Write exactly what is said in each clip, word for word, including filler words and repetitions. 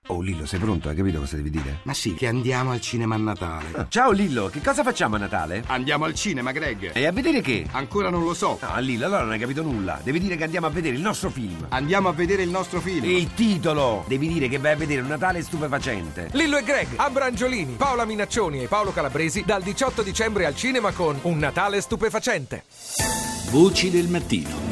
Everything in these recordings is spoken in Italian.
Oh Lillo, sei pronto? Hai capito cosa devi dire? Ma sì, che andiamo al cinema a Natale. Ah, ciao Lillo, che cosa facciamo a Natale? Andiamo al cinema, Greg. E a vedere che? Ancora non lo so. No, Lillo, allora non hai capito nulla. Devi dire che andiamo a vedere il nostro film. Andiamo a vedere il nostro film. Il titolo! Devi dire che vai a vedere un Natale stupefacente. Lillo e Greg, Abrangiolini, Paola Minaccioni e Paolo Calabresi dal diciotto dicembre al cinema con Un Natale stupefacente. Voci del mattino.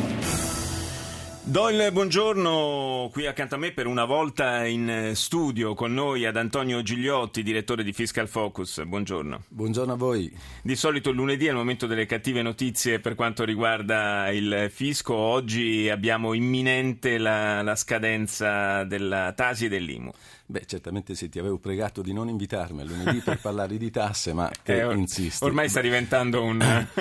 Do il buongiorno qui accanto a me per una volta in studio con noi ad Antonio Gigliotti, direttore di Fiscal Focus. Buongiorno. Buongiorno a voi. Di solito il lunedì è il momento delle cattive notizie per quanto riguarda il fisco. Oggi abbiamo imminente la, la scadenza della Tasi e dell'I M U. Beh, certamente sì, ti avevo pregato di non invitarmi a lunedì per parlare di tasse, ma te eh, or- insisti. Ormai sta diventando un,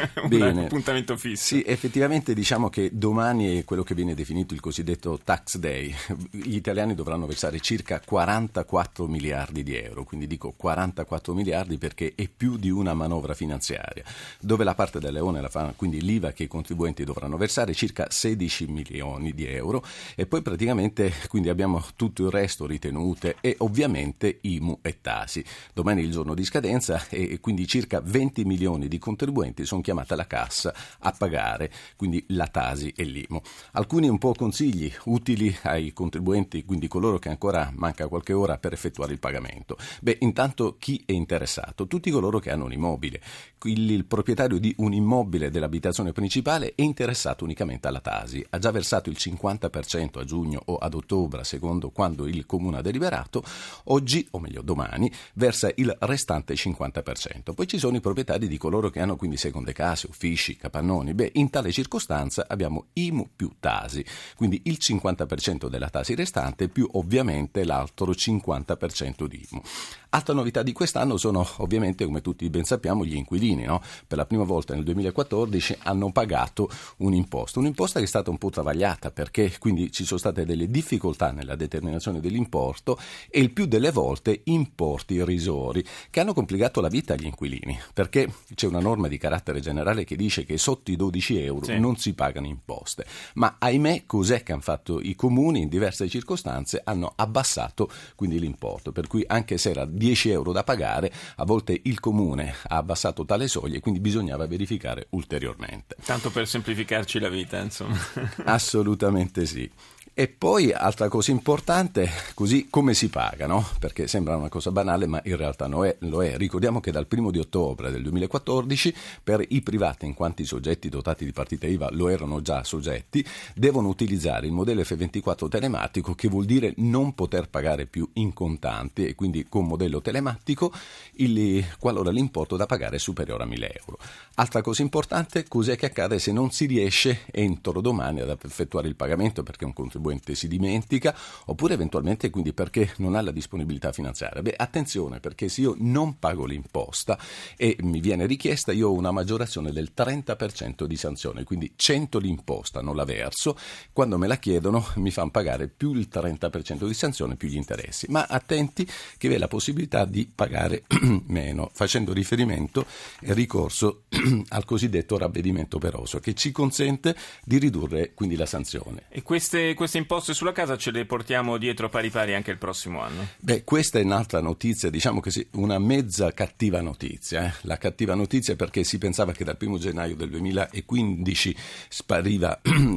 un appuntamento fisso. Sì, effettivamente diciamo che domani è quello che viene definito il cosiddetto tax day. Gli italiani dovranno versare circa quarantaquattro miliardi di euro, quindi dico quarantaquattro miliardi perché è più di una manovra finanziaria, dove la parte del leone la fa, quindi l'I V A che i contribuenti dovranno versare, circa sedici milioni di euro, e poi praticamente quindi abbiamo tutto il resto, ritenute e ovviamente I M U e Tasi. Domani è il giorno di scadenza e quindi circa venti milioni di contribuenti sono chiamati alla cassa a pagare quindi la Tasi e l'I M U. Alcuni un po' consigli utili ai contribuenti, quindi coloro che ancora manca qualche ora per effettuare il pagamento. Beh, intanto chi è interessato? Tutti coloro che hanno un immobile. Il, il proprietario di un immobile dell'abitazione principale è interessato unicamente alla Tasi. Ha già versato il cinquanta per cento a giugno o ad ottobre, secondo quando il comune ha deliberato. Oggi, o meglio domani, versa il restante cinquanta per cento. Poi ci sono i proprietari di coloro che hanno quindi seconde case, uffici, capannoni. Beh, in tale circostanza abbiamo I M U più Tasi, quindi il cinquanta per cento della Tasi restante più ovviamente l'altro cinquanta per cento di I M U. Altra novità di quest'anno sono ovviamente, come tutti ben sappiamo, gli inquilini, no? Per la prima volta nel duemilaquattordici hanno pagato un'imposta, un'imposta che è stata un po' travagliata perché quindi ci sono state delle difficoltà nella determinazione dell'importo e il più delle volte importi irrisori che hanno complicato la vita agli inquilini, perché c'è una norma di carattere generale che dice che sotto i dodici euro sì. non si pagano imposte, ma ahimè cos'è che hanno fatto i comuni in diverse circostanze? Hanno abbassato quindi l'importo, per cui anche se era dieci euro da pagare, a volte il comune ha abbassato tale soglia e quindi bisognava verificare ulteriormente. Tanto per semplificarci la vita, insomma. Assolutamente sì. E poi, altra cosa importante, così come si paga, no? Perché sembra una cosa banale, ma in realtà no è, lo è. Ricordiamo che dal primo di ottobre del duemilaquattordici, per i privati, in quanto i soggetti dotati di partita I V A lo erano già soggetti, devono utilizzare il modello F ventiquattro telematico, che vuol dire non poter pagare più in contanti, e quindi con modello telematico, il, qualora l'importo da pagare è superiore a mille euro. Altra cosa importante, cos'è che accade se non si riesce entro domani ad effettuare il pagamento perché un contribuente si dimentica, oppure eventualmente quindi perché non ha la disponibilità finanziaria? Beh, attenzione, perché se io non pago l'imposta e mi viene richiesta, io ho una maggiorazione del trenta per cento di sanzione, quindi cento l'imposta non la verso, quando me la chiedono mi fanno pagare più il trenta per cento di sanzione più gli interessi, ma attenti che vi è la possibilità di pagare meno, facendo riferimento e ricorso al cosiddetto ravvedimento operoso, che ci consente di ridurre quindi la sanzione. E queste, queste imposte sulla casa ce le portiamo dietro pari pari anche il prossimo anno? Beh, questa è un'altra notizia, diciamo che sì, una mezza cattiva notizia. Eh? La cattiva notizia perché si pensava che dal primo gennaio del duemilaquindici spariva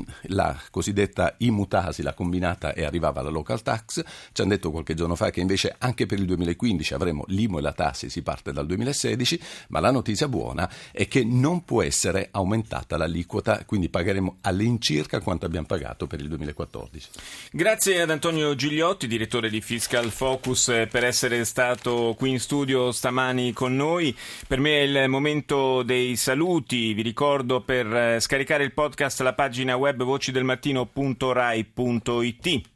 la cosiddetta I M U Tasi, la combinata, e arrivava la local tax. Ci hanno detto qualche giorno fa che invece anche per il duemilaquindici avremo l'I M U e la Tasi, si parte dal duemilasedici, ma la notizia buona è che non può essere aumentata l'aliquota, quindi pagheremo all'incirca quanto abbiamo pagato per il duemilaquattordici. Grazie ad Antonio Gigliotti, direttore di Fiscal Focus, per essere stato qui in studio stamani con noi. Per me è il momento dei saluti. Vi ricordo, per scaricare il podcast, la pagina web voci del mattino punto rai punto it.